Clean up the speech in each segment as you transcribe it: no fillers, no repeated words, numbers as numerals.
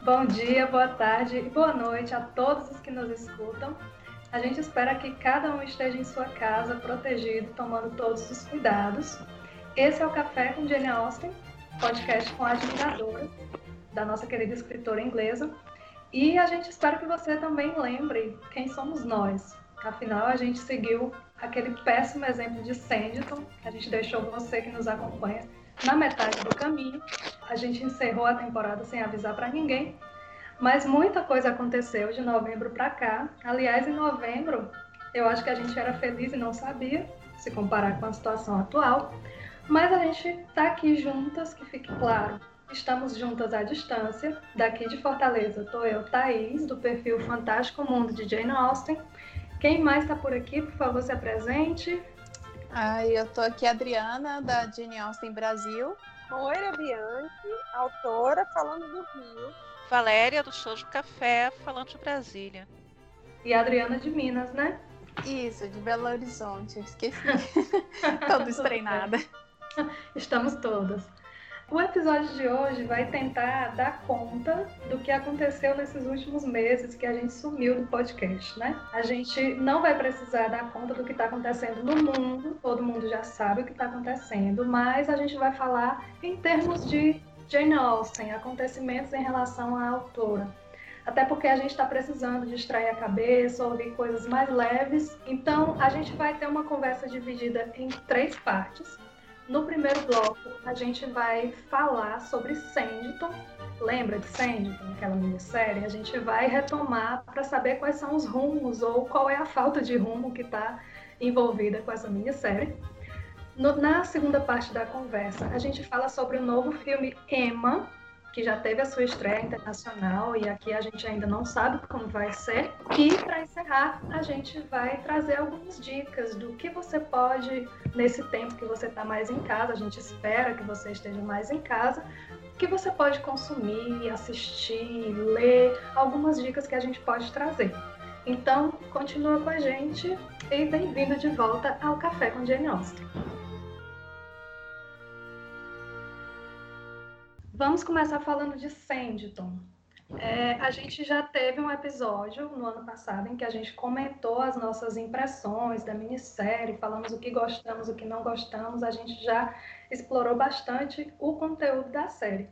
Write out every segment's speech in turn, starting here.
Bom dia, boa tarde e boa noite a todos os que nos escutam. A gente espera que cada um esteja em sua casa, protegido, tomando todos os cuidados. Esse é o Café com Jane Austen, podcast com admiradoras da nossa querida escritora inglesa. E a gente espera que você também lembre quem somos nós. Afinal, a gente seguiu aquele péssimo exemplo de Sanditon, que a gente deixou você que nos acompanha na metade do caminho. A gente encerrou a temporada sem avisar para ninguém, mas muita coisa aconteceu de novembro para cá. Aliás, em novembro, eu acho que a gente era feliz e não sabia, se comparar com a situação atual. Mas a gente está aqui juntas, que fique claro. Estamos juntas à distância. Daqui de Fortaleza estou eu, Thaís, do perfil Fantástico Mundo de Jane Austen. Quem mais está por aqui, por favor, se apresente. Eu tô aqui, Adriana, da Jane Austen Brasil. Moira Bianchi, autora, falando do Rio. Valéria, do Show de Café, falando de Brasília. E a Adriana de Minas, né? Isso, de Belo Horizonte, eu esqueci. Tô destreinada. Estamos todas. O episódio de hoje vai tentar dar conta do que aconteceu nesses últimos meses que a gente sumiu do podcast, né? A gente não vai precisar dar conta do que está acontecendo no mundo, todo mundo já sabe o que está acontecendo, mas a gente vai falar em termos de Jane Austen, acontecimentos em relação à autora. Até porque a gente está precisando distrair a cabeça, ouvir coisas mais leves. Então, a gente vai ter uma conversa dividida em 3 partes. No primeiro bloco, a gente vai falar sobre Sanditon. Lembra de Sanditon, aquela minissérie? A gente vai retomar para saber quais são os rumos ou qual é a falta de rumo que está envolvida com essa minissérie. Na segunda parte da conversa, a gente fala sobre o novo filme Emma, que já teve a sua estreia internacional e aqui a gente ainda não sabe como vai ser. E para encerrar, a gente vai trazer algumas dicas do que você pode, nesse tempo que você está mais em casa, a gente espera que você esteja mais em casa, que você pode consumir, assistir, ler, algumas dicas que a gente pode trazer. Então, continua com a gente e bem-vindo de volta ao Café com Jane Austen. Vamos começar falando de Sanditon. A gente já teve um episódio no ano passado em que a gente comentou as nossas impressões da minissérie, falamos o que gostamos, o que não gostamos, a gente já explorou bastante o conteúdo da série.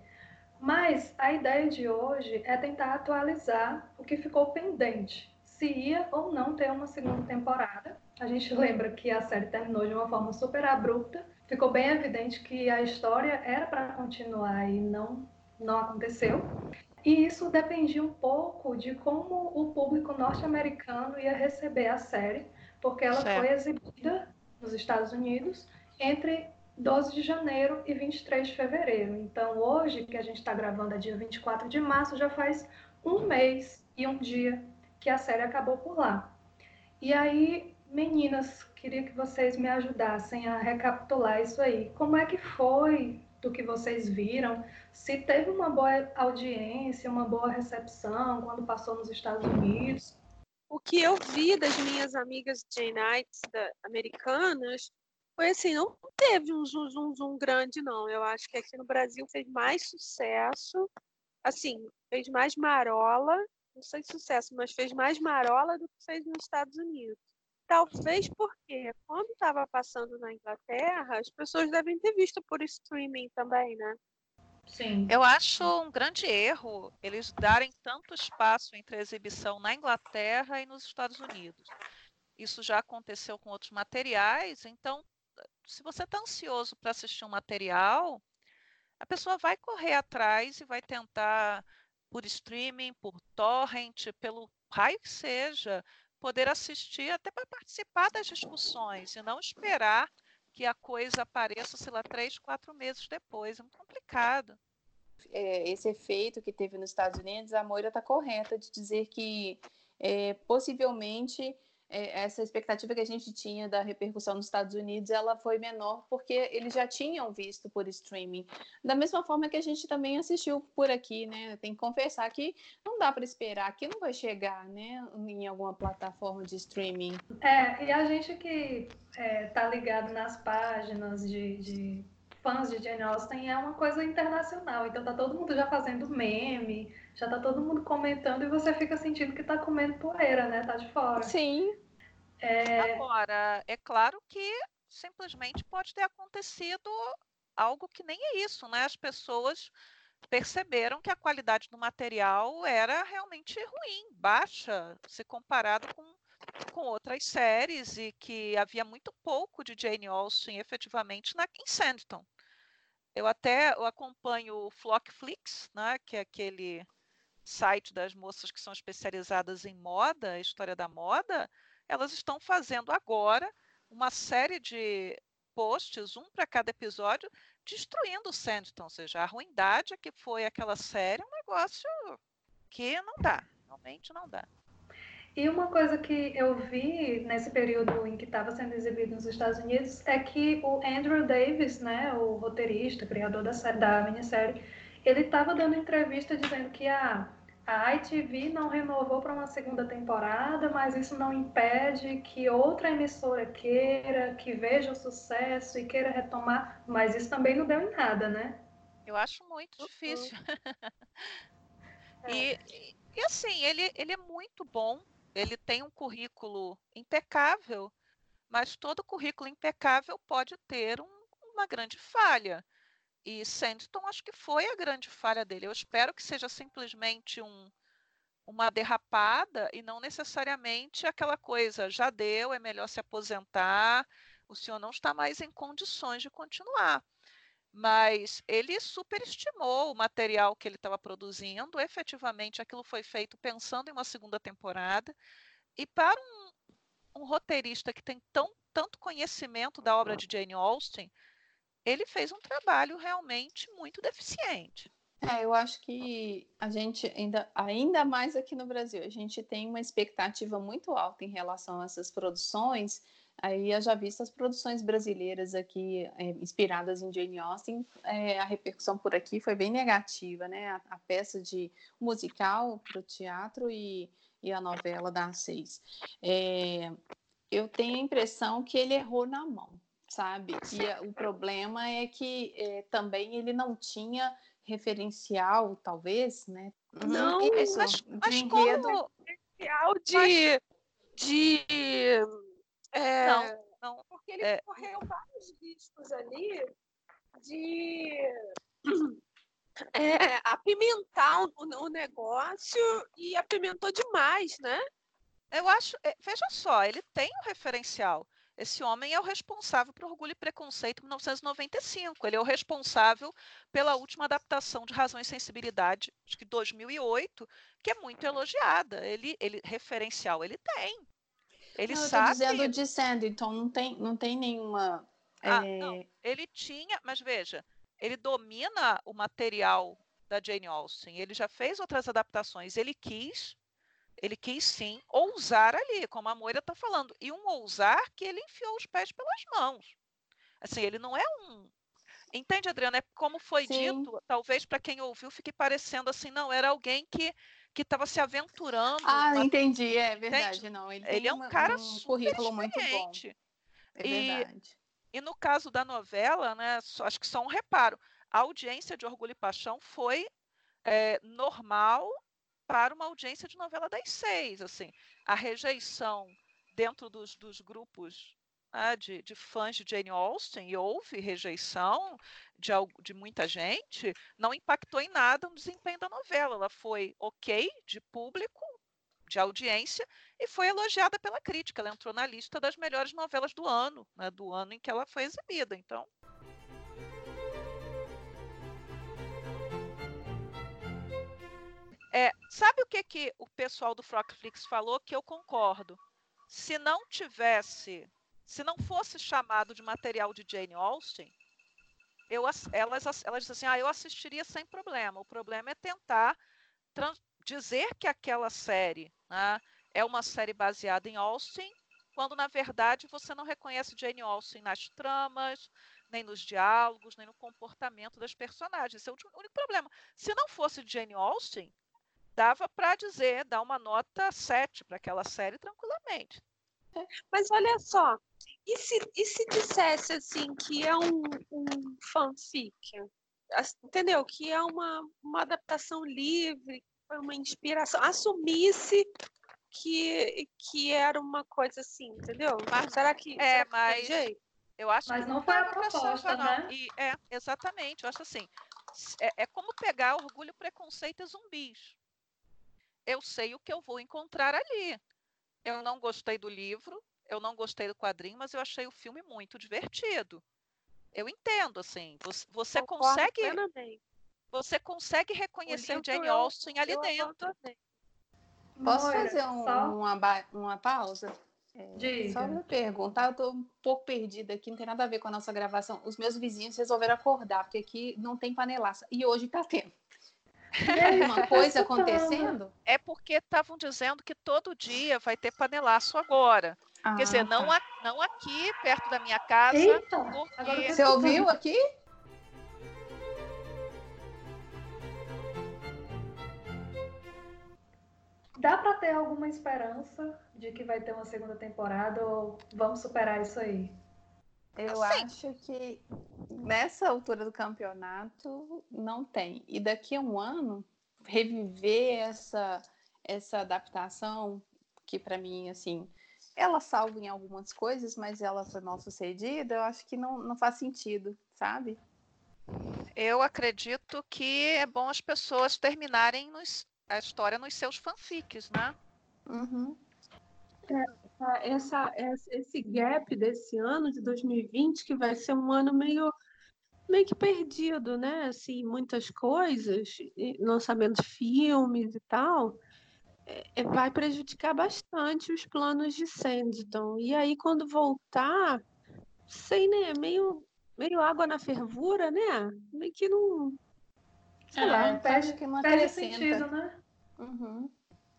Mas a ideia de hoje é tentar atualizar o que ficou pendente, se ia ou não ter uma segunda temporada. A gente lembra que a série terminou de uma forma super abrupta, ficou bem evidente que a história era para continuar e não aconteceu. E isso dependia um pouco de como o público norte-americano ia receber a série, porque ela foi exibida nos Estados Unidos entre 12 de janeiro e 23 de fevereiro. Então, hoje, que a gente está gravando, é dia 24 de março, já faz um mês e um dia que a série acabou por lá. E aí, meninas, queria que vocês me ajudassem a recapitular isso aí. Como é que foi do que vocês viram? Se teve uma boa audiência, uma boa recepção quando passou nos Estados Unidos? O que eu vi das minhas amigas Janeites americanas foi assim, não teve um zoom grande, não. Eu acho que aqui no Brasil fez mais sucesso, assim, fez mais marola, não sei sucesso, mas fez mais marola do que fez nos Estados Unidos. Talvez porque quando estava passando na Inglaterra, as pessoas devem ter visto por streaming também, né? Sim. Eu acho um grande erro eles darem tanto espaço entre a exibição na Inglaterra e nos Estados Unidos. Isso já aconteceu com outros materiais, então, se você está ansioso para assistir um material, a pessoa vai correr atrás e vai tentar, por streaming, por torrent, pelo raio que seja, poder assistir até para participar das discussões e não esperar que a coisa apareça, sei lá, 3, 4 meses depois. É muito complicado. Esse efeito que teve nos Estados Unidos, a Moira está correta de dizer que possivelmente essa expectativa que a gente tinha da repercussão nos Estados Unidos, ela foi menor porque eles já tinham visto por streaming. Da mesma forma que a gente também assistiu por aqui, né? Tem que confessar que não dá para esperar que não vai chegar, né, em alguma plataforma de streaming. E a gente que tá ligado nas páginas fãs de Jane Austen é uma coisa internacional. Então tá todo mundo já fazendo meme, já tá todo mundo comentando e você fica sentindo que tá comendo poeira, né? Tá de fora. Sim. Agora, é claro que simplesmente pode ter acontecido algo que nem é isso, né? As pessoas perceberam que a qualidade do material era realmente ruim, baixa, se comparado com outras séries, e que havia muito pouco de Jane Austen efetivamente em Sanditon. Eu acompanho o Flockflix, né, que é aquele site das moças que são especializadas em moda, história da moda. Elas estão fazendo agora uma série de posts, um para cada episódio, destruindo o Sanditon, ou seja, a ruindade que foi aquela série é um negócio que não dá, realmente não dá. E uma coisa que eu vi nesse período em que estava sendo exibido nos Estados Unidos é que o Andrew Davis, né, o roteirista, criador da minissérie, ele estava dando entrevista dizendo que a ITV não renovou para uma segunda temporada, mas isso não impede que outra emissora queira, que veja o sucesso e queira retomar, mas isso também não deu em nada, né? Eu acho muito difícil. E assim, ele é muito bom, ele tem um currículo impecável, mas todo currículo impecável pode ter uma grande falha. E Sanditon acho que foi a grande falha dele. Eu espero que seja simplesmente uma derrapada e não necessariamente aquela coisa, já deu, é melhor se aposentar, o senhor não está mais em condições de continuar. Mas ele superestimou o material que ele estava produzindo, efetivamente aquilo foi feito pensando em uma segunda temporada, e para um roteirista que tem tanto conhecimento da obra de Jane Austen, ele fez um trabalho realmente muito deficiente. Eu acho que a gente, ainda mais aqui no Brasil, a gente tem uma expectativa muito alta em relação a essas produções. Aí eu já vi as produções brasileiras aqui, inspiradas em Jane Austen, a repercussão por aqui foi bem negativa, né? A peça de musical para o teatro e a novela das 6. Eu tenho a impressão que ele errou na mão, sabe? E o problema é que também ele não tinha referencial, talvez, né? Não, isso, mas de enredo. como... Referencial Não. Porque ele correu vários riscos ali de apimentar o negócio e apimentou demais, né? Eu acho, veja só, ele tem um referencial. Esse homem é o responsável por Orgulho e Preconceito em 1995. Ele é o responsável pela última adaptação de Razão e Sensibilidade, acho que 2008, que é muito elogiada. Referencial ele tem. Ele Não, eu sabe. estou dizendo de Sanditon, não tem nenhuma. Não, ele tinha, mas veja, ele domina o material da Jane Austen. Ele já fez outras adaptações. Ele quis sim ousar ali, como a Moira está falando, e um ousar que ele enfiou os pés pelas mãos. Assim, ele não é Entende, Adriana? É como foi Sim. dito, talvez para quem ouviu fique parecendo assim, não, era alguém que estava se aventurando. Entendi, é verdade. Entende? Não, ele Ele tem é um cara um super currículo muito bom. experiente. É verdade. E no caso da novela, né, acho que só um reparo, a audiência de Orgulho e Paixão foi normal para uma audiência de novela das 6. Assim, a rejeição dentro dos grupos, né, de fãs de Jane Austen, e houve rejeição de muita gente, não impactou em nada no desempenho da novela. Ela foi ok de público, de audiência, e foi elogiada pela crítica. Ela entrou na lista das melhores novelas do ano, né, do ano em que ela foi exibida. Então, sabe o que o pessoal do Flockflix falou, que eu concordo? Se não fosse chamado de material de Jane Austen, elas dizem assim, eu assistiria sem problema. O problema é tentar dizer que aquela série, né, é uma série baseada em Austen, quando na verdade você não reconhece Jane Austen nas tramas, nem nos diálogos, nem no comportamento das personagens. Esse é o único problema. Se não fosse Jane Austen, dava para dar uma nota 7 para aquela série tranquilamente. Mas olha só, e se dissesse assim que é um fanfic, entendeu? Que é uma adaptação livre, foi uma inspiração. Assumisse que era uma coisa assim, entendeu? Mas, será que tem jeito? Eu acho Mas que não foi a dava pra proposta, salvar, né? não. E, exatamente. Eu acho assim, é como pegar Orgulho, Preconceito e Zumbis. Eu sei o que eu vou encontrar ali. Eu não gostei do livro, eu não gostei do quadrinho, mas eu achei o filme muito divertido. Eu entendo, assim, você Concordo consegue, plenamente. você consegue O reconhecer livro Jane Austen ali eu dentro. abandonei. Posso Moira, fazer só uma pausa? Só diga. uma pergunta. Eu estou um pouco perdida aqui, não tem nada a ver com a nossa gravação. Os meus vizinhos resolveram acordar, porque aqui não tem panelaça. E hoje está tendo. Tem alguma coisa acontecendo? É porque estavam dizendo que todo dia vai ter panelaço agora. Quer dizer, não, Tá. não aqui, perto da minha casa, Eita, agora eu porque... tô Você ouviu escutando. aqui? Dá para ter alguma esperança de que vai ter uma segunda temporada ou vamos superar isso aí? Eu Assim, acho que nessa altura do campeonato não tem. E daqui a um ano, reviver essa adaptação, que para mim, assim, ela salva em algumas coisas, mas ela foi mal sucedida, eu acho que não faz sentido, sabe? eu acredito que é bom as pessoas terminarem a história nos seus fanfics, né? Uhum. Esse gap desse ano de 2020, que vai ser um ano meio que perdido, né? Assim, muitas coisas, lançamento de filmes e tal, vai prejudicar bastante os planos de Sanditon. E aí, quando voltar, sei, né? Meio água na fervura, né? Meio que não. Sei lá. Acho que não Perde acrescenta. sentido, né? Uhum.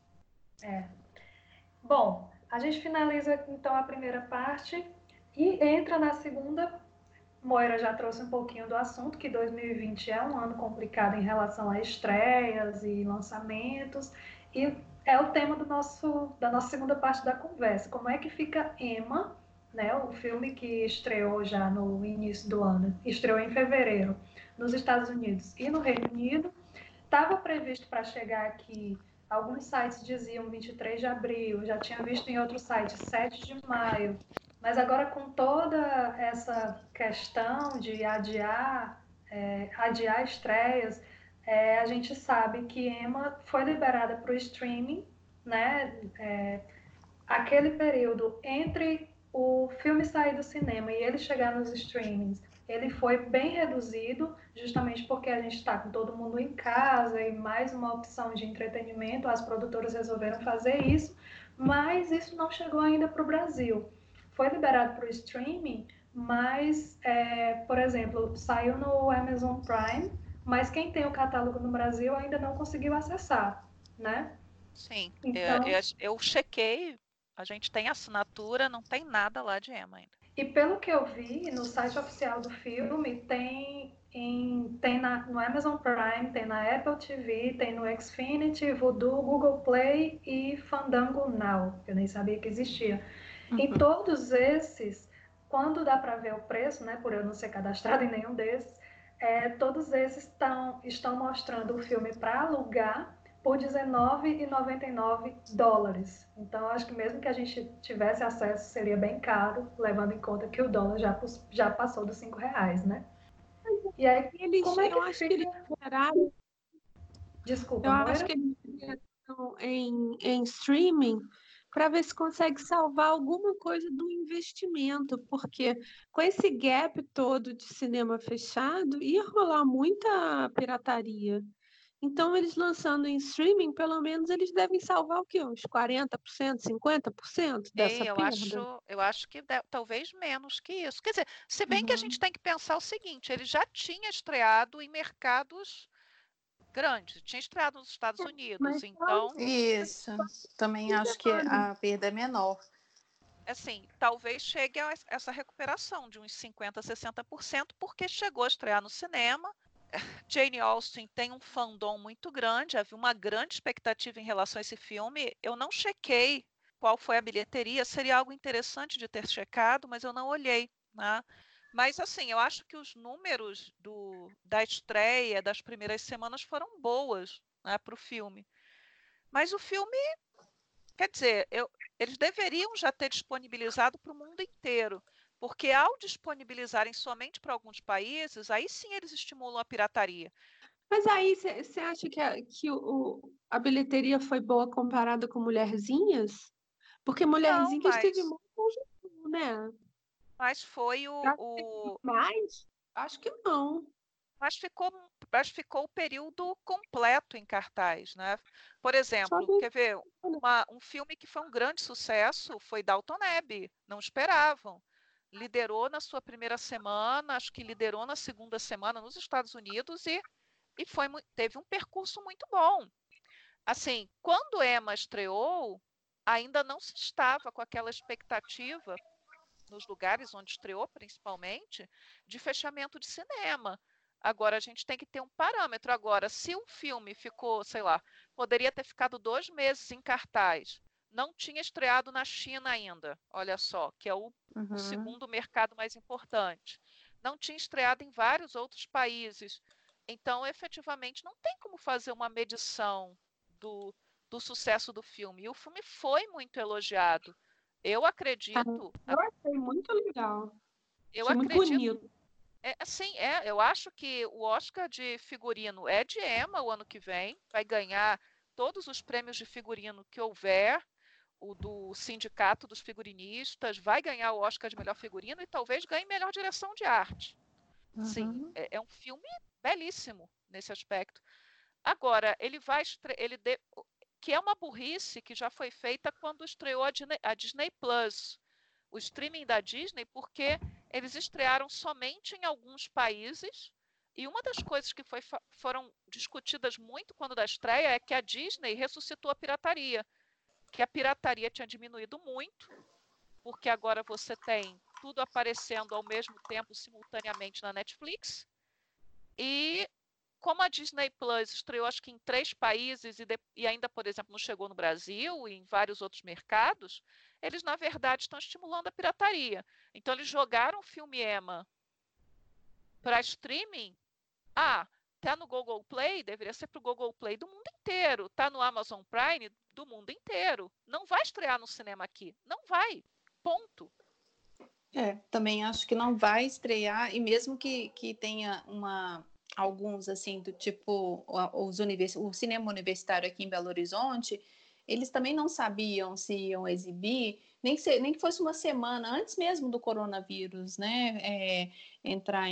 Bom, a gente finaliza então a primeira parte e entra na segunda. Moira já trouxe um pouquinho do assunto, que 2020 é um ano complicado em relação a estreias e lançamentos, e é o tema da nossa segunda parte da conversa. Como é que fica Emma, né, o filme que estreou já no início do ano, estreou em fevereiro nos Estados Unidos e no Reino Unido, estava previsto para chegar aqui. Alguns sites diziam 23 de abril, já tinha visto em outros sites 7 de maio. Mas agora com toda essa questão de adiar estreias, a gente sabe que Emma foi liberada para o streaming, né? Aquele período entre o filme sair do cinema e ele chegar nos streamings, ele foi bem reduzido, justamente porque a gente está com todo mundo em casa e mais uma opção de entretenimento, as produtoras resolveram fazer isso, mas isso não chegou ainda para o Brasil. Foi liberado para o streaming, mas, por exemplo, saiu no Amazon Prime, mas quem tem o catálogo no Brasil ainda não conseguiu acessar, né? Sim, Então, eu chequei, a gente tem assinatura, não tem nada lá de Emma ainda. e pelo que eu vi no site oficial do filme, no Amazon Prime, tem na Apple TV, tem no Xfinity, Vudu, Google Play e Fandango Now, que eu nem sabia que existia. Em todos esses, quando dá para ver o preço, né, por eu não ser cadastrado em nenhum desses, todos esses estão mostrando o filme para alugar por $19,99. Então, acho que mesmo que a gente tivesse acesso, seria bem caro, levando em conta que o dólar já passou dos R$ 5, né? E aí, como é Eu que acho que eles fica? liberaram, Desculpa, eu acho Moira? que eles liberaram em streaming para ver se consegue salvar alguma coisa do investimento, porque com esse gap todo de cinema fechado, ia rolar muita pirataria. Então, eles lançando em streaming, pelo menos eles devem salvar o quê? Uns 40%, 50% dessa perda? Eu acho que talvez menos que isso. Quer dizer, se bem que a gente Uhum. tem que pensar o seguinte, ele já tinha estreado em mercados grandes, tinha estreado nos Estados Unidos, Mas então, Isso. Também acho que a perda é menor. assim, talvez chegue a essa recuperação de uns 50%, 60%, porque chegou a estrear no cinema. Jane Austen tem um fandom muito grande, havia uma grande expectativa em relação a esse filme. Eu não chequei qual foi a bilheteria, seria algo interessante de ter checado, mas eu não olhei, né? Mas, assim, eu acho que os números da estreia das primeiras semanas foram boas, né, para o filme. Mas o filme, quer dizer, eles deveriam já ter disponibilizado para o mundo inteiro, porque ao disponibilizarem somente para alguns países, aí sim eles estimulam a pirataria. Mas aí você acha que a bilheteria foi boa comparada com Mulherzinhas? Porque Não, Mulherzinhas teve muito conjunto, né? mas foi Pra ter mais? Acho que não. mas ficou o período completo em cartaz, né? Por Só exemplo, do... quer ver, um filme que foi um grande sucesso foi Downton Abbey, não esperavam. Liderou na sua primeira semana, acho que liderou na segunda semana nos Estados Unidos e teve um percurso muito bom. Assim, quando Emma estreou, ainda não se estava com aquela expectativa, nos lugares onde estreou principalmente, de fechamento de cinema. Agora a gente tem que ter um parâmetro. Agora, se um filme ficou, sei lá, poderia ter ficado 2 meses em cartaz, não tinha estreado na China ainda, olha só, que é o segundo mercado mais importante. Não tinha estreado em vários outros países. Então, efetivamente, não tem como fazer uma medição do, do sucesso do filme. E o filme foi muito elogiado. Eu Ah, acredito, eu achei muito legal. eu Achei muito acredito, bonito. assim, eu acho que o Oscar de figurino é de Emma o ano que vem, vai ganhar todos os prêmios de figurino que houver, o do Sindicato dos Figurinistas, vai ganhar o Oscar de melhor figurino e talvez ganhe melhor direção de arte. Sim, Uhum. é um filme belíssimo nesse aspecto. Agora, que é uma burrice que já foi feita quando estreou a Disney Plus, o streaming da Disney, porque eles estrearam somente em alguns países. E uma das coisas que foram discutidas muito quando da estreia é que a Disney ressuscitou a pirataria, que a pirataria tinha diminuído muito, porque agora você tem tudo aparecendo ao mesmo tempo, simultaneamente na Netflix. E como a Disney Plus estreou acho que em 3 países e ainda, por exemplo, não chegou no Brasil e em vários outros mercados, eles na verdade estão estimulando a pirataria. Então eles jogaram o filme Emma para streaming. Ah, tá no Google Play, deveria ser para o Google Play do mundo inteiro. Tá no Amazon Prime do mundo inteiro. Não vai estrear no cinema aqui. Não vai. Ponto. Também acho que não vai estrear, e mesmo que tenha alguns, assim, do tipo, o cinema universitário aqui em Belo Horizonte, eles também não sabiam se iam exibir, nem que fosse uma semana antes mesmo do coronavírus, né, entrar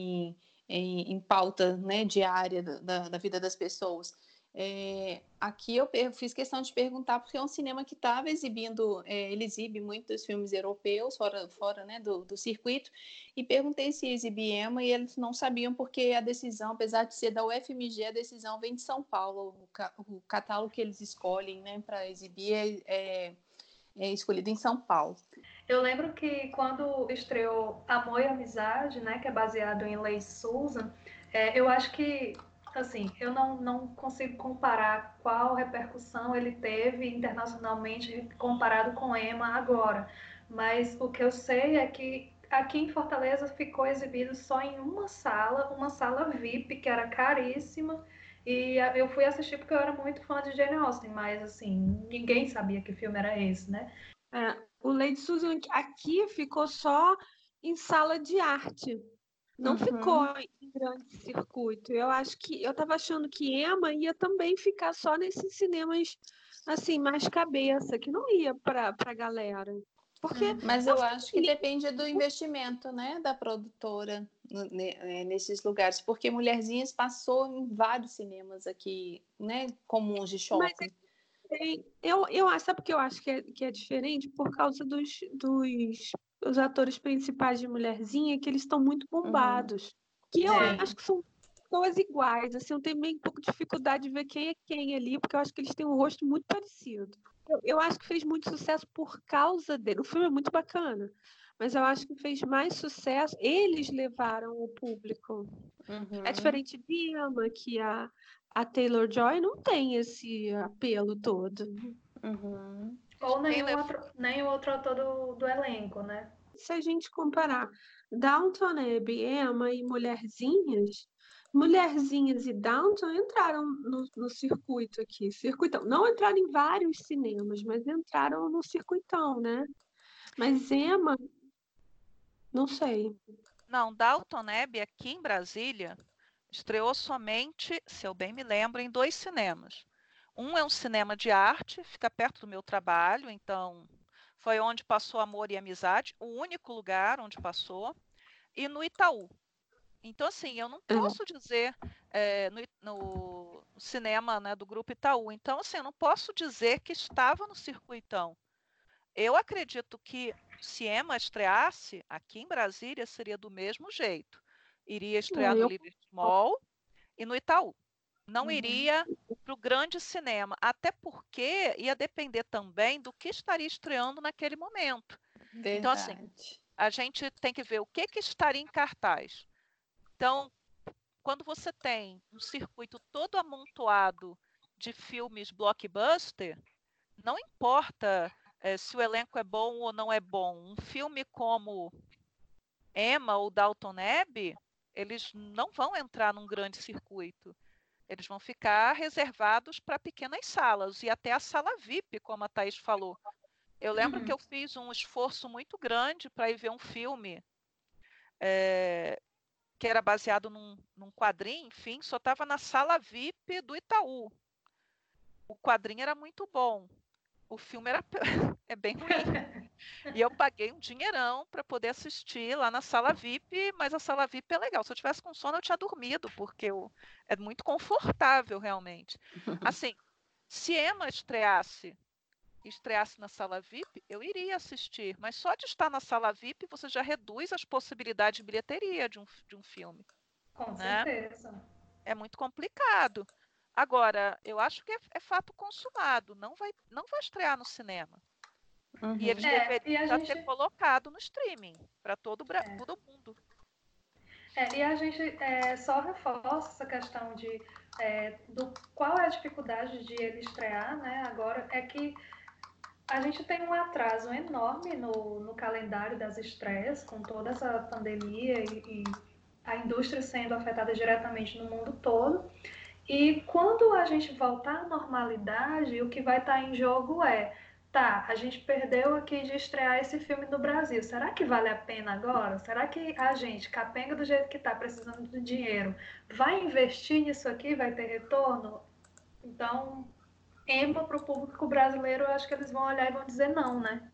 em pauta, né, diária da vida das pessoas. Aqui eu fiz questão de perguntar, porque é um cinema que estava exibindo, ele exibe muitos filmes europeus, fora né, do circuito, e perguntei se exibia Emma, e eles não sabiam, porque a decisão, apesar de ser da UFMG, a decisão vem de São Paulo, o catálogo que eles escolhem, né, para exibir é escolhido em São Paulo. Eu lembro que quando estreou Amor e Amizade, né, que é baseado em Lei Susan, eu acho que, assim, eu não consigo comparar qual repercussão ele teve internacionalmente comparado com Emma agora, mas o que eu sei é que aqui em Fortaleza ficou exibido só em uma sala VIP, que era caríssima, e eu fui assistir porque eu era muito fã de Jane Austen, mas, assim, ninguém sabia que filme era esse, né? O Lady Susan aqui ficou só em sala de arte. Não ficou em grande circuito. Eu acho que eu estava achando que Emma ia também ficar só nesses cinemas assim, mais cabeça, que não ia para a galera. Porque Mas eu acho que depende do investimento, né, da produtora nesses lugares, porque Mulherzinhas passou em vários cinemas aqui, né, comuns de shopping. Eu acho, sabe por que eu acho que é diferente? Por causa dos atores principais de Mulherzinha, que eles estão muito bombados. Que eu acho que são pessoas iguais. Assim, eu tenho meio um pouco de dificuldade de ver quem é quem ali, porque eu acho que eles têm um rosto muito parecido. Eu acho que fez muito sucesso por causa dele. O filme é muito bacana, mas eu acho que fez mais sucesso. Eles levaram o público. É diferente de Emma, que a Taylor-Joy não tem esse apelo todo. Ou nenhum outro ator do elenco, né? Se a gente comparar Downton Abbey, Emma e Mulherzinhas e Downton entraram no circuito aqui. Circuitão. Não entraram em vários cinemas, mas entraram no circuitão, né? Mas Emma, não sei. Não, Downton Abbey aqui em Brasília estreou somente, se eu bem me lembro, em 2 cinemas. Um é um cinema de arte, fica perto do meu trabalho, então foi onde passou Amor e Amizade, o único lugar onde passou, e no Itaú. Então, assim, eu não É, posso dizer no cinema, né, do Grupo Itaú. Então, assim, eu não posso dizer que estava no circuitão. Eu acredito que se Emma estreasse aqui em Brasília, seria do mesmo jeito. Iria estrear no eu Liberty Mall e no Itaú. Não Uhum. iria para o grande cinema, até porque ia depender também do que estaria estreando naquele momento. Então, assim, Verdade. a gente tem que ver o que, que estaria em cartaz. Então, quando você tem um circuito todo amontoado de filmes blockbuster, não importa se o elenco é bom ou não é bom. Um filme como Emma ou Downton Abbey, eles não vão entrar num grande circuito. Eles vão ficar reservados para pequenas salas e até a sala VIP, como a Thaís falou. Eu lembro que Uhum. eu fiz um esforço muito grande para ir ver um filme é, que era baseado num quadrinho, enfim, só estava na sala VIP do Itaú. O quadrinho era muito bom, o filme era é bem ruim. E eu paguei um dinheirão para poder assistir lá na sala VIP, mas a sala VIP é legal. Se eu tivesse com sono, eu tinha dormido, porque é muito confortável, realmente. Assim, se Emma estreasse na sala VIP, eu iria assistir, mas só de estar na sala VIP você já reduz as possibilidades de bilheteria de um filme, Com né? certeza. É muito complicado. Agora, eu acho que é fato consumado, não vai estrear no cinema. E eles Uhum. E deveriam a já ter gente colocado no streaming para todo mundo. E a gente só reforça essa questão do qual é a dificuldade de ele estrear, né? Agora é que a gente tem um atraso enorme no calendário das estreias, com toda essa pandemia e a indústria sendo afetada diretamente no mundo todo. E quando a gente voltar à normalidade, o que vai estar em jogo tá, a gente perdeu aqui de estrear esse filme no Brasil. Será que vale a pena agora? Será que a gente, capenga do jeito que tá, precisando de dinheiro, vai investir nisso aqui? Vai ter retorno? Então, para o público brasileiro, eu acho que eles vão olhar e vão dizer não, né?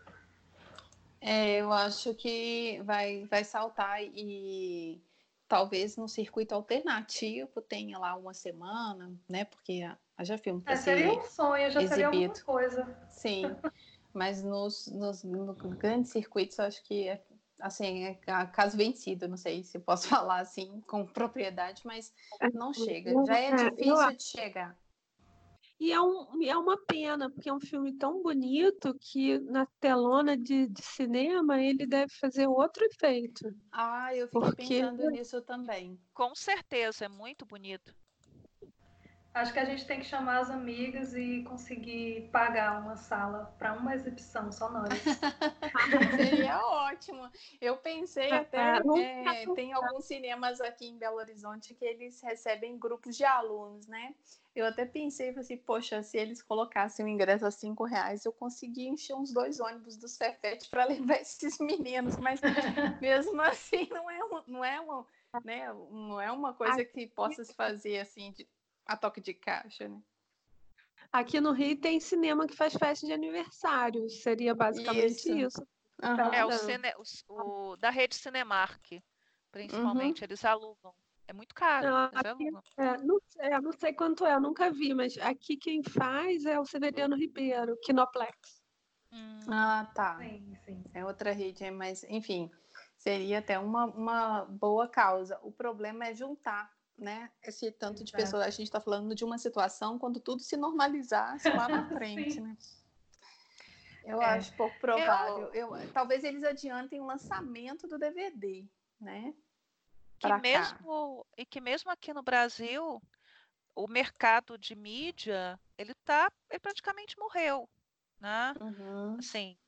Eu acho que vai saltar e talvez no circuito alternativo tenha lá uma semana, né? Porque haja filme para Seria ser um sonho, já seria alguma exibido. coisa. Sim, mas no grandes circuitos eu acho que assim, é caso vencido, não sei se eu posso falar assim com propriedade, mas não chega. Já é eu difícil de chegar. E é uma pena, porque é um filme tão bonito que na telona de cinema ele deve fazer outro efeito. Ah, eu fiquei Porque pensando nisso também. Com certeza, é muito bonito. Acho que a gente tem que chamar as amigas e conseguir pagar uma sala para uma exibição só nós. Seria ótimo. Eu pensei até, não tem alguns cinemas aqui em Belo Horizonte que eles recebem grupos de alunos, né? Eu até pensei assim, poxa, se eles colocassem o ingresso a R$ 5, eu conseguia encher uns 2 ônibus do Cefete para levar esses meninos, mas mesmo assim não é uma coisa que possa se fazer assim a toque de caixa, né? aqui no Rio tem cinema que faz festa de aniversário. Seria basicamente Isso. isso. Uhum. Da rede Cinemark, Uhum. principalmente, eles alugam. É muito caro, Não, mas aqui, alugam. não sei quanto é, eu nunca vi, mas aqui quem faz é o Severiano Ribeiro, Kinoplex. Hum, Ah, tá. Sim, sim. É outra rede, mas enfim, seria até uma boa causa. O problema é juntar, né? Esse tanto de pessoas. A Exato. gente está falando de uma situação quando tudo se normalizasse lá na frente, Sim. né? Eu É. acho pouco provável. eu Talvez eles adiantem o lançamento do DVD, né? que Para cá. mesmo aqui no Brasil, o mercado de mídia, ele praticamente morreu, né? Uhum. Assim,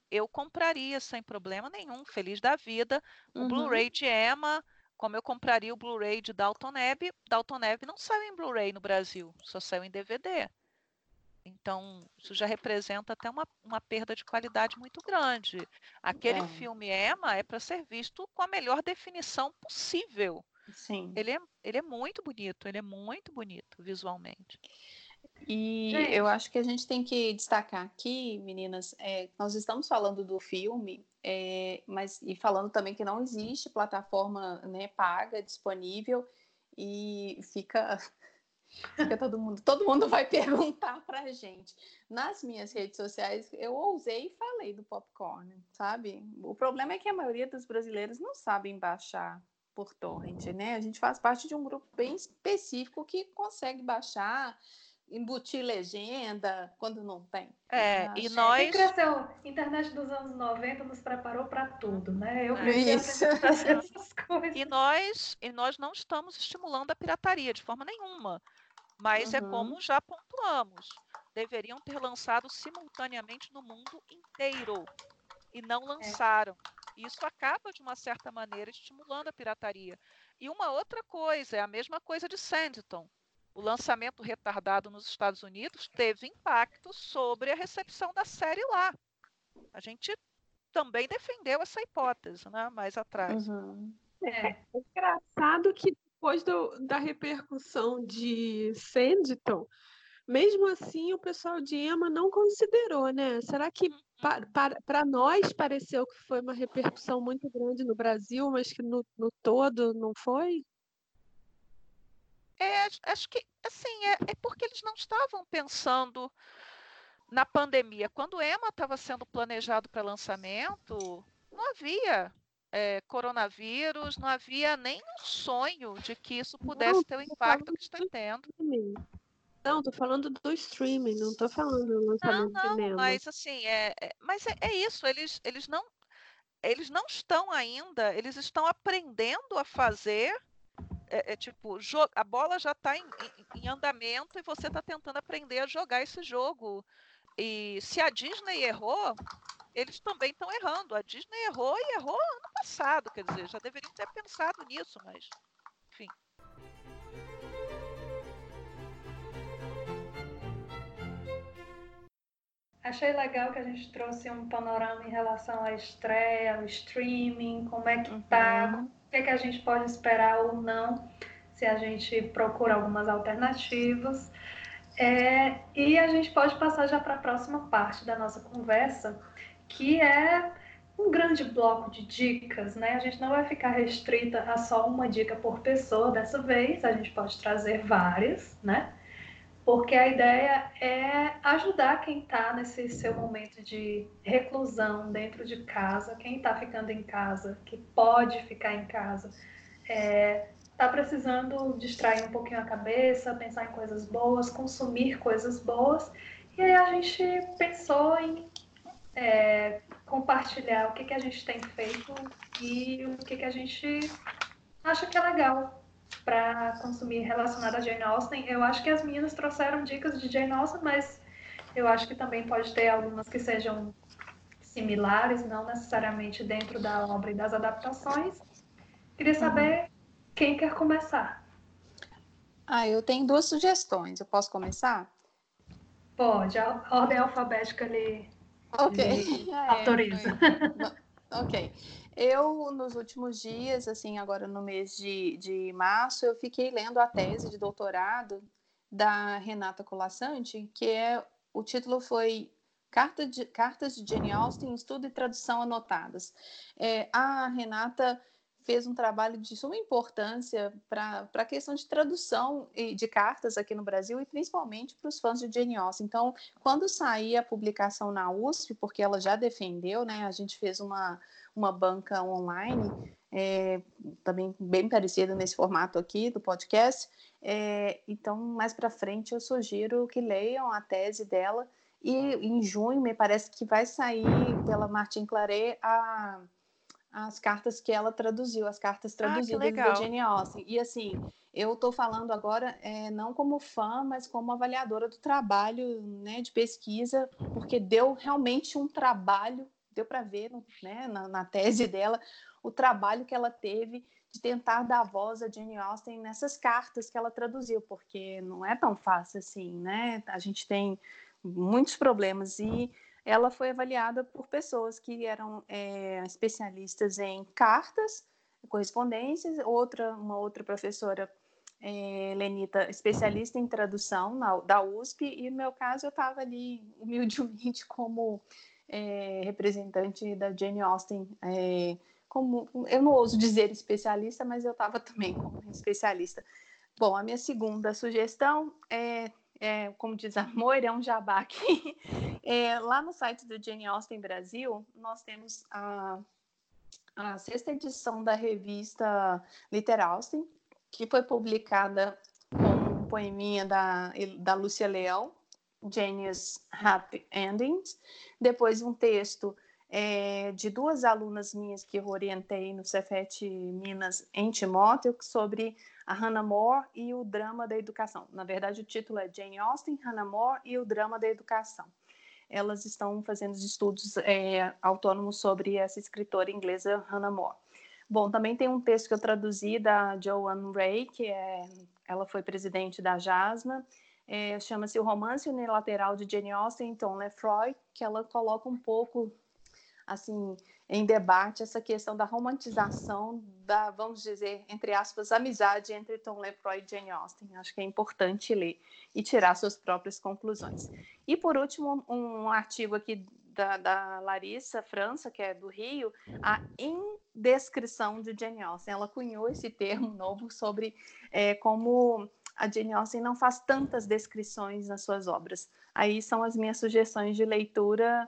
eu compraria sem problema nenhum, feliz da vida, o Uhum. Blu-ray de Emma, como eu compraria o Blu-ray de Dalton Neb. Dalton Neb não saiu em Blu-ray no Brasil, só saiu em DVD. Então, isso já representa até uma perda de qualidade muito grande. Aquele É, filme Emma é para ser visto com a melhor definição possível. sim. Ele é muito bonito visualmente. E eu Gente, acho que a gente tem que destacar aqui, meninas, nós estamos falando do filme, mas e falando também que não existe plataforma, né, paga disponível, e fica todo mundo vai perguntar pra gente. Nas minhas redes sociais, eu ousei e falei do popcorn, sabe? O problema é que a maioria dos brasileiros não sabem baixar por torrent, né? A gente faz parte de um grupo bem específico que consegue baixar, embutir legenda quando não tem. E é que nós. cresceu, a internet dos anos 90 nos preparou para tudo, né? Eu É, cresci Isso. aprendendo a fazer essas coisas. e nós não estamos estimulando a pirataria de forma nenhuma, mas é como já pontuamos. Deveriam ter lançado simultaneamente no mundo inteiro e não lançaram. Isso acaba, de uma certa maneira, estimulando a pirataria. E uma outra coisa, é a mesma coisa de Sanditon. O lançamento retardado nos Estados Unidos teve impacto sobre a recepção da série lá. A gente também defendeu essa hipótese, né, mais atrás. É, É engraçado que depois da repercussão de Sanditon, mesmo assim o pessoal de Emma não considerou, né? Será que para nós pareceu que foi uma repercussão muito grande no Brasil, mas que no todo não foi? Acho que, assim, é porque eles não estavam pensando na pandemia. Quando o Emma estava sendo planejado para lançamento, não havia coronavírus, não havia nem um sonho de que isso Não, pudesse ter o tô impacto falando que está do tendo. streaming. Não, tô falando do streaming, não tô falando do lançamento de Não, cinema. mas assim, mas é isso, eles não estão ainda, eles estão aprendendo a fazer. Tipo, a bola já está em andamento e você está tentando aprender a jogar esse jogo. E se a Disney errou, eles também estão errando. A Disney errou e errou ano passado, quer dizer, já deveriam ter pensado nisso, mas, enfim. achei legal que a gente trouxe um panorama em relação à estreia, ao streaming, como é que tá, o que é que a gente pode esperar ou não, se a gente procura algumas alternativas. E a gente pode passar já para a próxima parte da nossa conversa, que é um grande bloco de dicas, né? A gente não vai ficar restrita a só uma dica por pessoa dessa vez, a gente pode trazer várias, né? Porque a ideia é ajudar quem está nesse seu momento de reclusão dentro de casa, quem está ficando em casa, que pode ficar em casa, está precisando distrair um pouquinho a cabeça, pensar em coisas boas, consumir coisas boas. E aí a gente pensou em compartilhar o que a gente tem feito e o que a gente acha que é legal para consumir relacionado a Jane Austen. Eu acho que as meninas trouxeram dicas de Jane Austen, mas eu acho que também pode ter algumas que sejam similares, não necessariamente dentro da obra e das adaptações. Queria saber quem quer começar. Eu tenho 2 sugestões. Eu posso começar? Pode, a ordem alfabética lhe Ok. autoriza. Ok. Eu, nos últimos dias, assim, agora no mês de março, eu fiquei lendo a tese de doutorado da Renata Colasanti, o título foi Cartas de Jane Austen, Estudo e Tradução Anotadas. A Renata fez um trabalho de suma importância para a questão de tradução de cartas aqui no Brasil e principalmente para os fãs de Jane Austen. Então, quando sair a publicação na USP, porque ela já defendeu, né, a gente fez uma banca online, também bem parecida nesse formato aqui do podcast. Então, mais para frente, eu sugiro que leiam a tese dela. E em junho, me parece que vai sair pela Martine Claret as cartas que ela traduziu, as cartas traduzidas da Jane Austen. E assim, eu estou falando agora não como fã, mas como avaliadora do trabalho, né, de pesquisa, porque deu realmente um trabalho deu para ver, né, na tese dela, o trabalho que ela teve de tentar dar voz a Jane Austen nessas cartas que ela traduziu, porque não é tão fácil assim, né? A gente tem muitos problemas e ela foi avaliada por pessoas que eram especialistas em cartas, correspondências, uma outra professora, Lenita, especialista em tradução da USP, e no meu caso eu estava ali humildemente como representante da Jane Austen, como, eu não ouso dizer especialista, mas eu estava também como especialista. Bom, a minha segunda sugestão como diz a Moira, é um jabá aqui. Lá no site do Jane Austen Brasil, nós temos a 6ª edição da revista Liter Austen, que foi publicada com um poeminha da Lúcia Leão, Jane's Happy Endings. Depois um texto de 2 alunas minhas que eu orientei no Cefet Minas em Timóteo, sobre a Hannah More e o drama da educação. Na verdade, o título é Jane Austen, Hannah More e o drama da educação. Elas estão fazendo estudos autônomos sobre essa escritora inglesa Hannah More. Bom, também tem um texto que eu traduzi da Joanne Ray, que ela foi presidente da JASMA, chama-se O Romance Unilateral de Jane Austen e Tom Lefroy, que ela coloca um pouco assim, em debate essa questão da romantização da, vamos dizer, entre aspas, amizade entre Tom Lefroy e Jane Austen. Acho que é importante ler e tirar suas próprias conclusões. E, por último, um artigo aqui da Larissa França, que é do Rio, a indescrição de Jane Austen. Ela cunhou esse termo novo sobre como a Jane Austen não faz tantas descrições nas suas obras. Aí são as minhas sugestões de leitura.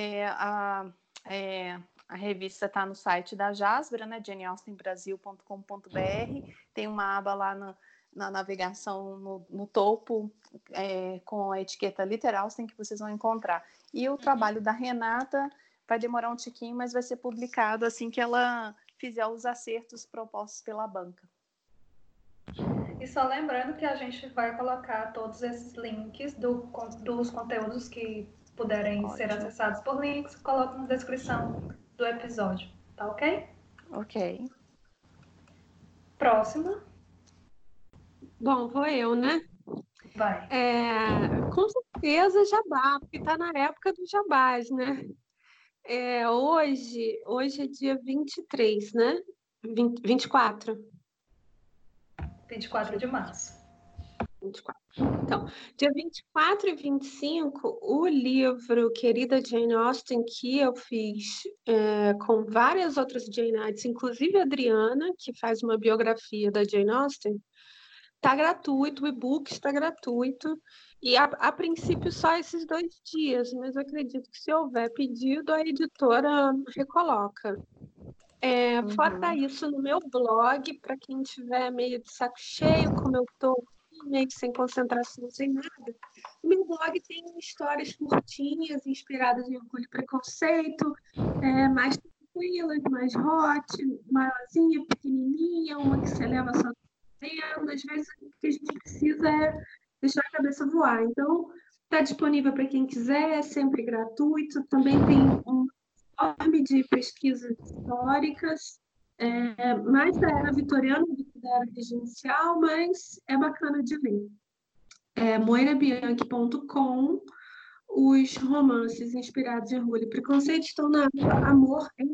A revista está no site da Jasbra, né, janeaustenbrasil.com.br, tem uma aba lá na navegação no topo, com a etiqueta Liter Austen, que vocês vão encontrar. E o trabalho da Renata vai demorar um tiquinho, mas vai ser publicado assim que ela fizer os acertos propostos pela banca. E só lembrando que a gente vai colocar todos esses links dos conteúdos que puderem ser acessados por links, coloco na descrição do episódio, tá ok? Ok. Próxima. Bom, vou eu, né? Vai. Com certeza jabá, porque tá na época dos jabás, né? Hoje é dia 23, né? 24. 24 de março. 24. Então, dia 24 e 25, o livro Querida Jane Austen, que eu fiz com várias outras Jane Austen, inclusive a Adriana, que faz uma biografia da Jane Austen, está gratuito, o e-book está gratuito, e a princípio só esses 2 dias, mas eu acredito que se houver pedido, a editora recoloca. Fora isso, no meu blog, para quem tiver meio de saco cheio, como eu estou, meio sem concentração, sem nada, o meu blog tem histórias curtinhas, inspiradas em Orgulho e Preconceito, mais tranquilas, mais hot, maiorzinha, pequenininha, uma que você leva só lendo. Às vezes o que a gente precisa é deixar a cabeça voar. Então, está disponível para quem quiser, é sempre gratuito. Também tem um enorme de pesquisas históricas, mais da era vitoriana do que da era regencial, mas é bacana de ler. moirabianchi.com. Os romances inspirados em Orgulho e Preconceito estão na Amor em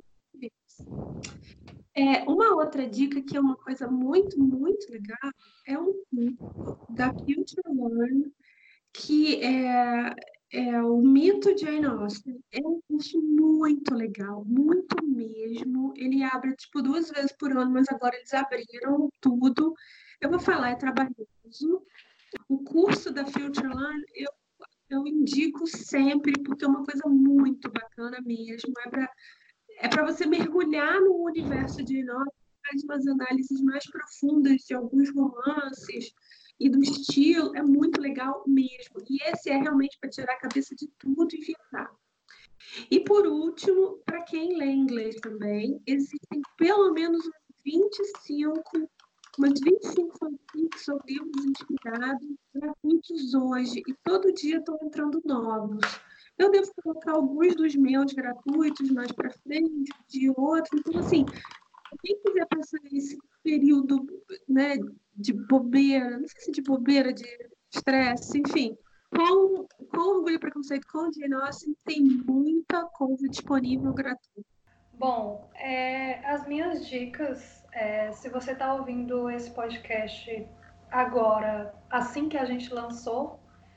uma outra dica, que é uma coisa muito, muito legal, é um livro da Future Learn, que é o Mito de Jane Austen. É um curso muito legal, muito mesmo. Ele abre, 2 vezes por ano, mas agora eles abriram tudo. Eu vou falar, é trabalhoso. O curso da Future Learn, eu indico sempre, porque é uma coisa muito bacana mesmo. É para você mergulhar no universo de Jane Austen, faz umas análises mais profundas de alguns romances e do estilo, é muito legal mesmo. E esse é realmente para tirar a cabeça de tudo e viajar. E por último, para quem lê inglês também, existem pelo menos umas 25 fanfics ou livros inspirados gratuitos hoje, e todo dia estão entrando novos. Eu devo colocar alguns dos meus gratuitos mais para frente, de outros. Então, assim, quem quiser passar esse período, né, de bobeira, não sei se de bobeira, de estresse, enfim, com Orgulho e Preconceito, com Jane Austen, tem muita coisa disponível gratuita. Bom, as minhas dicas, se você está ouvindo esse podcast agora, assim que a gente lançou,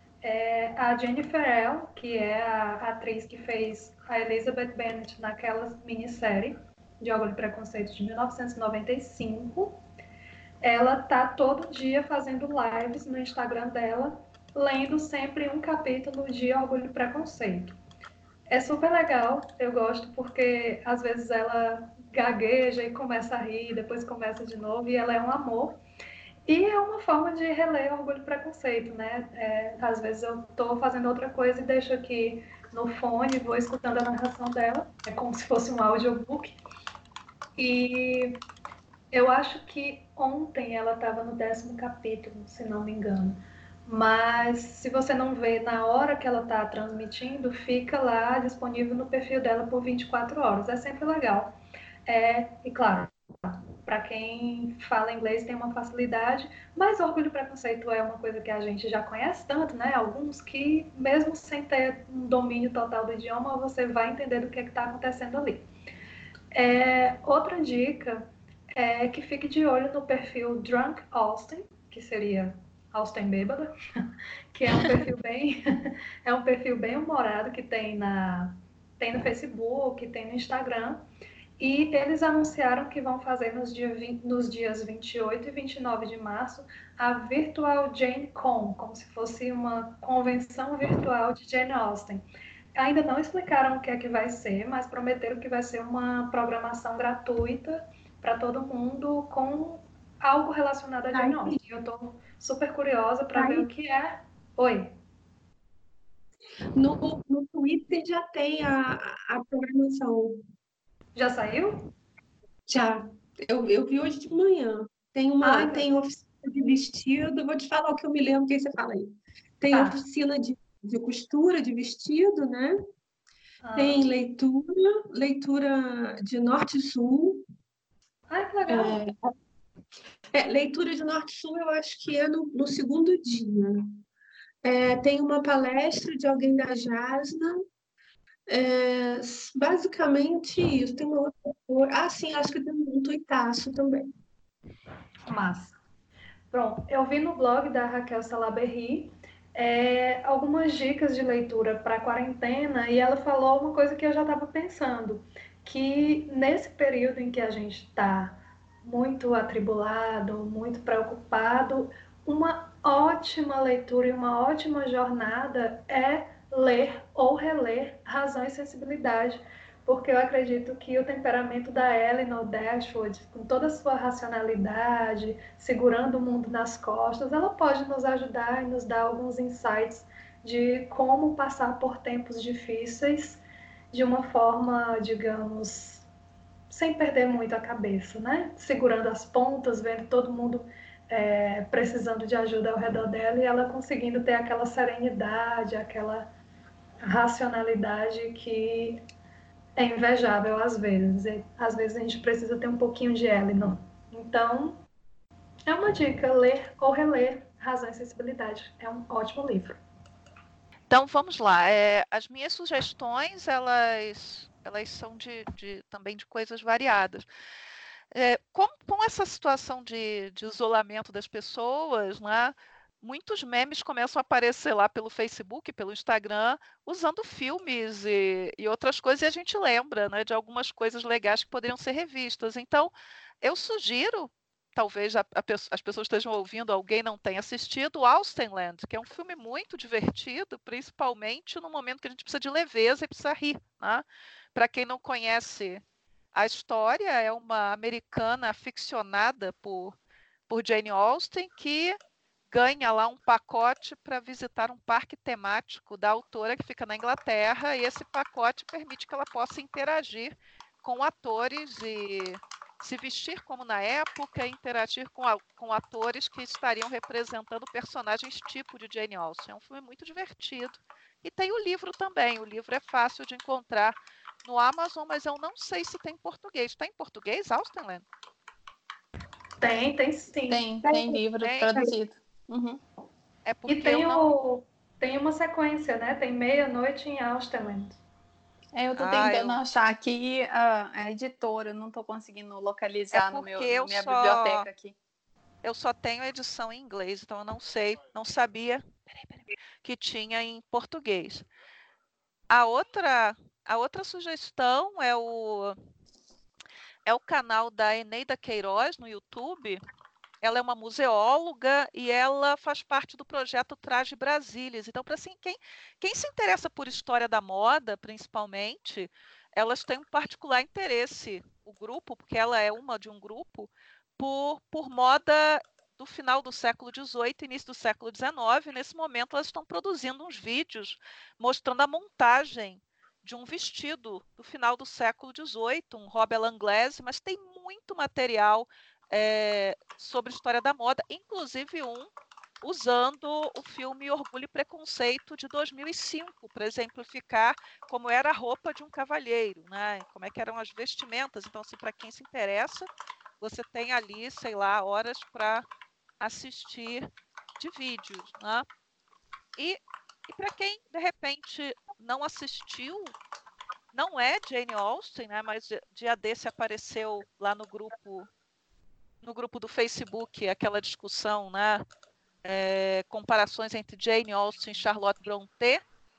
a Jennifer Ehl, que é a atriz que fez a Elizabeth Bennet naquela minissérie de Orgulho e Preconceito de 1995, ela tá todo dia fazendo lives no Instagram dela, lendo sempre um capítulo de Orgulho e Preconceito. É super legal, eu gosto porque às vezes ela gagueja e começa a rir, depois começa de novo, e ela é um amor. E é uma forma de reler Orgulho e Preconceito, né? Às vezes eu estou fazendo outra coisa e deixo aqui no fone, vou escutando a narração dela, é como se fosse um audiobook. E eu acho que ontem ela estava no 10º capítulo, se não me engano. Mas se você não vê na hora que ela está transmitindo, fica lá disponível no perfil dela por 24 horas. É sempre legal. E claro, para quem fala inglês tem uma facilidade, mas Orgulho e Preconceito é uma coisa que a gente já conhece tanto, né? Alguns que, mesmo sem ter um domínio total do idioma, você vai entender do que está acontecendo ali. Outra dica é que fique de olho no perfil Drunk Austen, que seria Austen bêbada, que é um perfil é um perfil bem humorado que tem no Facebook, tem no Instagram. E eles anunciaram que vão fazer nos dias 28 e 29 de março a Virtual Jane Con, como se fosse uma convenção virtual de Jane Austen. Ainda não explicaram o que é que vai ser, mas prometeram que vai ser uma programação gratuita para todo mundo com algo relacionado a Jane Austen. Eu estou super curiosa para ver o que é. Oi. No Twitter já tem a programação. Já saiu? Já. Eu vi hoje de manhã. Tem oficina de vestido. Vou te falar o que eu me lembro, que aí você fala aí. Tem oficina de costura de vestido, né? Tem leitura de norte e sul. Ai, que legal. Leitura de norte e sul eu acho que é no segundo dia. Tem uma palestra de alguém da Jasna. Basicamente isso. Tem uma outra coisa. Sim, acho que tem um tuitaço também. Massa. Pronto, eu vi no blog da Raquel Salaberry algumas dicas de leitura para a quarentena e ela falou uma coisa que eu já estava pensando, que nesse período em que a gente está muito atribulado, muito preocupado, uma ótima leitura e uma ótima jornada é ler ou reler Razão e Sensibilidade, porque eu acredito que o temperamento da Elinor Dashwood, com toda a sua racionalidade, segurando o mundo nas costas, ela pode nos ajudar e nos dar alguns insights de como passar por tempos difíceis de uma forma, digamos, sem perder muito a cabeça, né? Segurando as pontas, vendo todo mundo precisando de ajuda ao redor dela e ela conseguindo ter aquela serenidade, aquela racionalidade que é invejável às vezes. E, às vezes a gente precisa ter um pouquinho de Elinor. Então, é uma dica, ler ou reler Razão e Sensibilidade. É um ótimo livro. Então, vamos lá. As minhas sugestões, elas são também de coisas variadas. Com essa situação de isolamento das pessoas, né, muitos memes começam a aparecer lá pelo Facebook, pelo Instagram, usando filmes e outras coisas, e a gente lembra, né, de algumas coisas legais que poderiam ser revistas. Então, eu sugiro, talvez as pessoas estejam ouvindo, alguém não tenha assistido, Austenland, que é um filme muito divertido, principalmente no momento que a gente precisa de leveza e precisa rir. Né? Para quem não conhece a história, é uma americana aficionada por Jane Austen que ganha lá um pacote para visitar um parque temático da autora que fica na Inglaterra, e esse pacote permite que ela possa interagir com atores e se vestir como na época, e interagir com atores que estariam representando personagens tipo de Jane Austen. É um filme muito divertido, E tem o livro também. O livro é fácil de encontrar no Amazon, mas eu não sei se tem em português. Está em português, Austenland? Tem sim. Tem livro Tem. traduzido. Uhum. É E porque tem, eu não. tem uma sequência, né? Tem Meia-Noite em Austerland. Eu tô tentando achar aqui a editora, eu não tô conseguindo É localizar porque na minha biblioteca aqui. eu só tenho a edição em inglês, então eu não sei, não sabia que tinha em português. A outra sugestão é o canal da Eneida Queiroz no YouTube. Ela é uma museóloga e ela faz parte do projeto Traje Brasílias. Então, para assim, quem se interessa por história da moda, principalmente, elas têm um particular interesse, o grupo, porque ela é uma de um grupo, por moda do final do século XVIII, início do século XIX. Nesse momento, elas estão produzindo uns vídeos mostrando a montagem de um vestido do final do século XVIII, um Robe à l'Anglaise, mas tem muito material sobre história da moda, inclusive usando o filme Orgulho e Preconceito de 2005 para exemplificar como era a roupa de um cavalheiro, né? Como é que eram as vestimentas. Então, assim, para quem se interessa, você tem ali, sei lá, horas para assistir de vídeos, né? E para quem, de repente, não assistiu, não é Jane Austen, né? Mas dia desse apareceu lá no grupo do Facebook, aquela discussão, né? Comparações entre Jane Austen e Charlotte Brontë.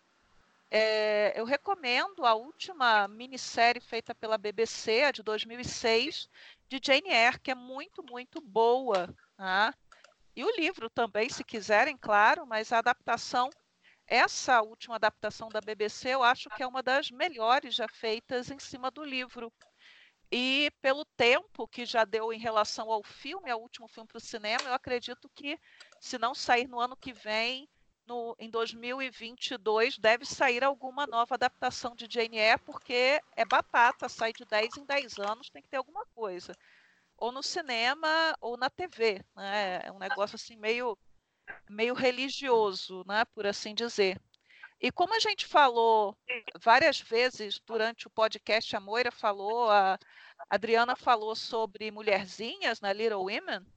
Eu recomendo a última minissérie feita pela BBC, a de 2006, de Jane Eyre, que é muito, muito boa. Tá? E o livro também, se quiserem, claro, mas a adaptação, essa última adaptação da BBC, eu acho que é uma das melhores já feitas em cima do livro. E pelo tempo que já deu em relação ao filme, ao último filme para o cinema, eu acredito que, se não sair no ano que vem, em 2022, deve sair alguma nova adaptação de Jane Eyre, porque é batata, sai de 10 em 10 anos, tem que ter alguma coisa. Ou no cinema, ou na TV. Né? É um negócio assim meio religioso, né? Por assim dizer. E como a gente falou várias vezes durante o podcast, a Moira falou, a Adriana falou sobre Mulherzinhas na Little Women.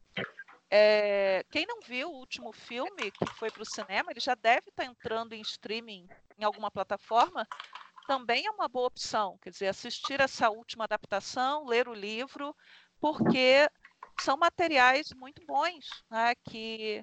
Quem não viu o último filme que foi para o cinema, ele já deve estar entrando em streaming em alguma plataforma. Também é uma boa opção, quer dizer, assistir essa última adaptação, ler o livro, porque são materiais muito bons, né, que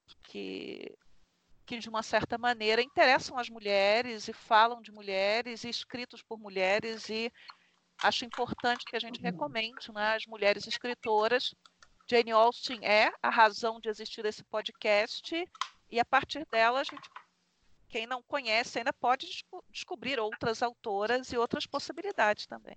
de uma certa maneira interessam as mulheres e falam de mulheres e escritos por mulheres, e acho importante que a gente recomende, né, as mulheres escritoras. Jane Austen é a razão de existir desse podcast, e a partir dela a gente, quem não conhece ainda pode descobrir outras autoras e outras possibilidades também.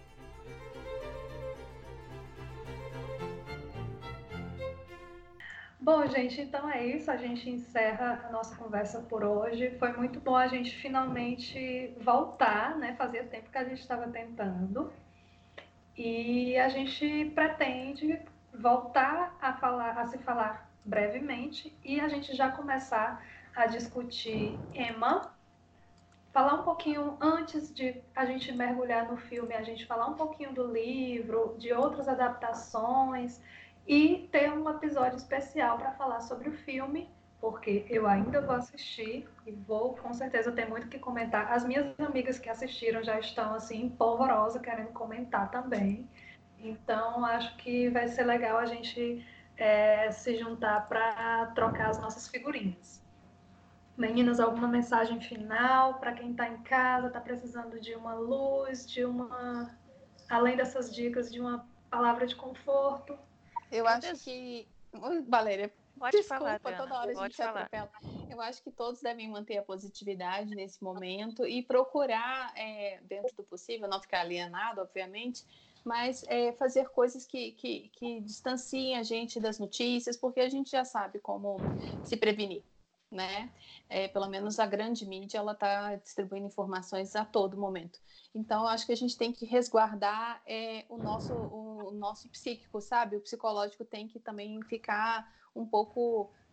Bom, gente, então é isso. A gente encerra a nossa conversa por hoje. Foi muito bom a gente finalmente voltar, né? Fazia tempo que a gente estava tentando. E a gente pretende voltar a se falar brevemente e a gente já começar a discutir Emma. Falar um pouquinho, antes de a gente mergulhar no filme, a gente falar um pouquinho do livro, de outras adaptações, e ter um episódio especial para falar sobre o filme, porque eu ainda vou assistir e vou com certeza ter muito que comentar. As minhas amigas que assistiram já estão assim polvorosa querendo comentar também. Então acho que vai ser legal a gente se juntar para trocar as nossas figurinhas. Meninas, alguma mensagem final para quem está em casa, está precisando de uma luz, além dessas dicas, de uma palavra de conforto? Eu acho que... Oi, Valéria, Pode falar, desculpa, Adriana. toda hora a gente se atropela. Eu acho que todos devem manter a positividade nesse momento e procurar, dentro do possível, não ficar alienado, obviamente, mas fazer coisas que distanciem a gente das notícias, porque a gente já sabe como se prevenir. Né? Pelo menos a grande mídia ela está distribuindo informações a todo momento. Então, eu acho que a gente tem que resguardar o nosso psíquico, sabe? O psicológico tem que também ficar um pouco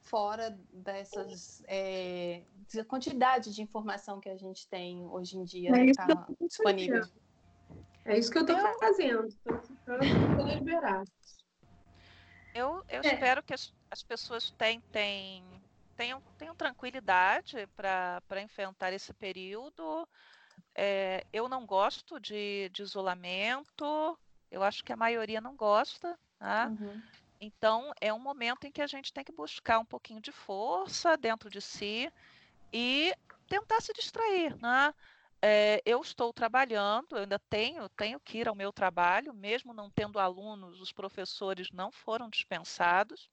fora dessas quantidade de informação que a gente tem hoje em dia, né, que isso que eu está tô disponível. fazendo. É isso que eu tô fazendo. Tô ficando deliberado. Eu espero que as pessoas tenham tranquilidade para enfrentar esse período. Eu não gosto de isolamento, eu acho que a maioria não gosta, tá? Uhum. Então, é um momento em que a gente tem que buscar um pouquinho de força dentro de si e tentar se distrair, né? Eu estou trabalhando, eu ainda tenho que ir ao meu trabalho, mesmo não tendo alunos, os professores não foram dispensados.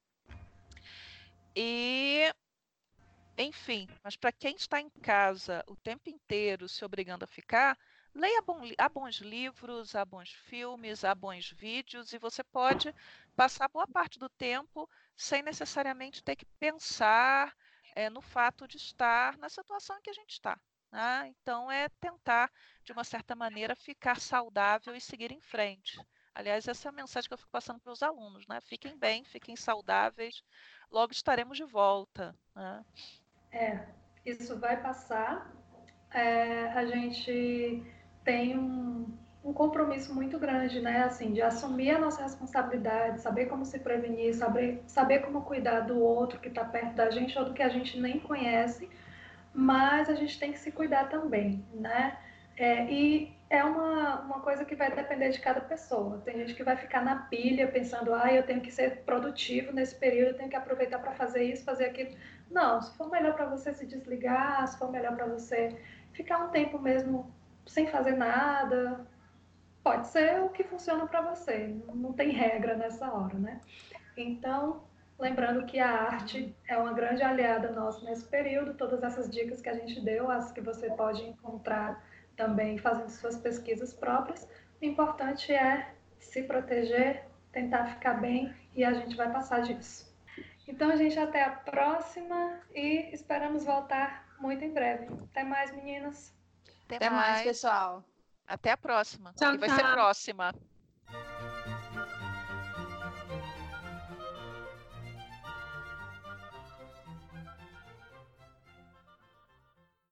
E, enfim, mas para quem está em casa o tempo inteiro se obrigando a ficar, leia há bons livros, há bons filmes, há bons vídeos, e você pode passar boa parte do tempo sem necessariamente ter que pensar no fato de estar na situação em que a gente está. Né? Então, é tentar, de uma certa maneira, ficar saudável e seguir em frente. Aliás, essa é a mensagem que eu fico passando para os alunos, né? Fiquem bem, fiquem saudáveis, logo estaremos de volta. Né? Isso vai passar. A gente tem um compromisso muito grande, né? Assim, de assumir a nossa responsabilidade, saber como se prevenir, saber como cuidar do outro que está perto da gente ou do que a gente nem conhece, mas a gente tem que se cuidar também, né? E é uma coisa que vai depender de cada pessoa. Tem gente que vai ficar na pilha pensando, eu tenho que ser produtivo nesse período, eu tenho que aproveitar para fazer isso, fazer aquilo. Não, se for melhor para você se desligar, se for melhor para você ficar um tempo mesmo sem fazer nada, pode ser o que funciona para você. Não tem regra nessa hora, né? Então, lembrando que a arte é uma grande aliada nossa nesse período, todas essas dicas que a gente deu, as que você pode encontrar também fazendo suas pesquisas próprias, o importante é se proteger, tentar ficar bem e a gente vai passar disso. Então, gente, até a próxima e esperamos voltar muito em breve. Até mais, meninas. Até mais, pessoal. Até a próxima, Tchau, que vai ser tchau. próxima.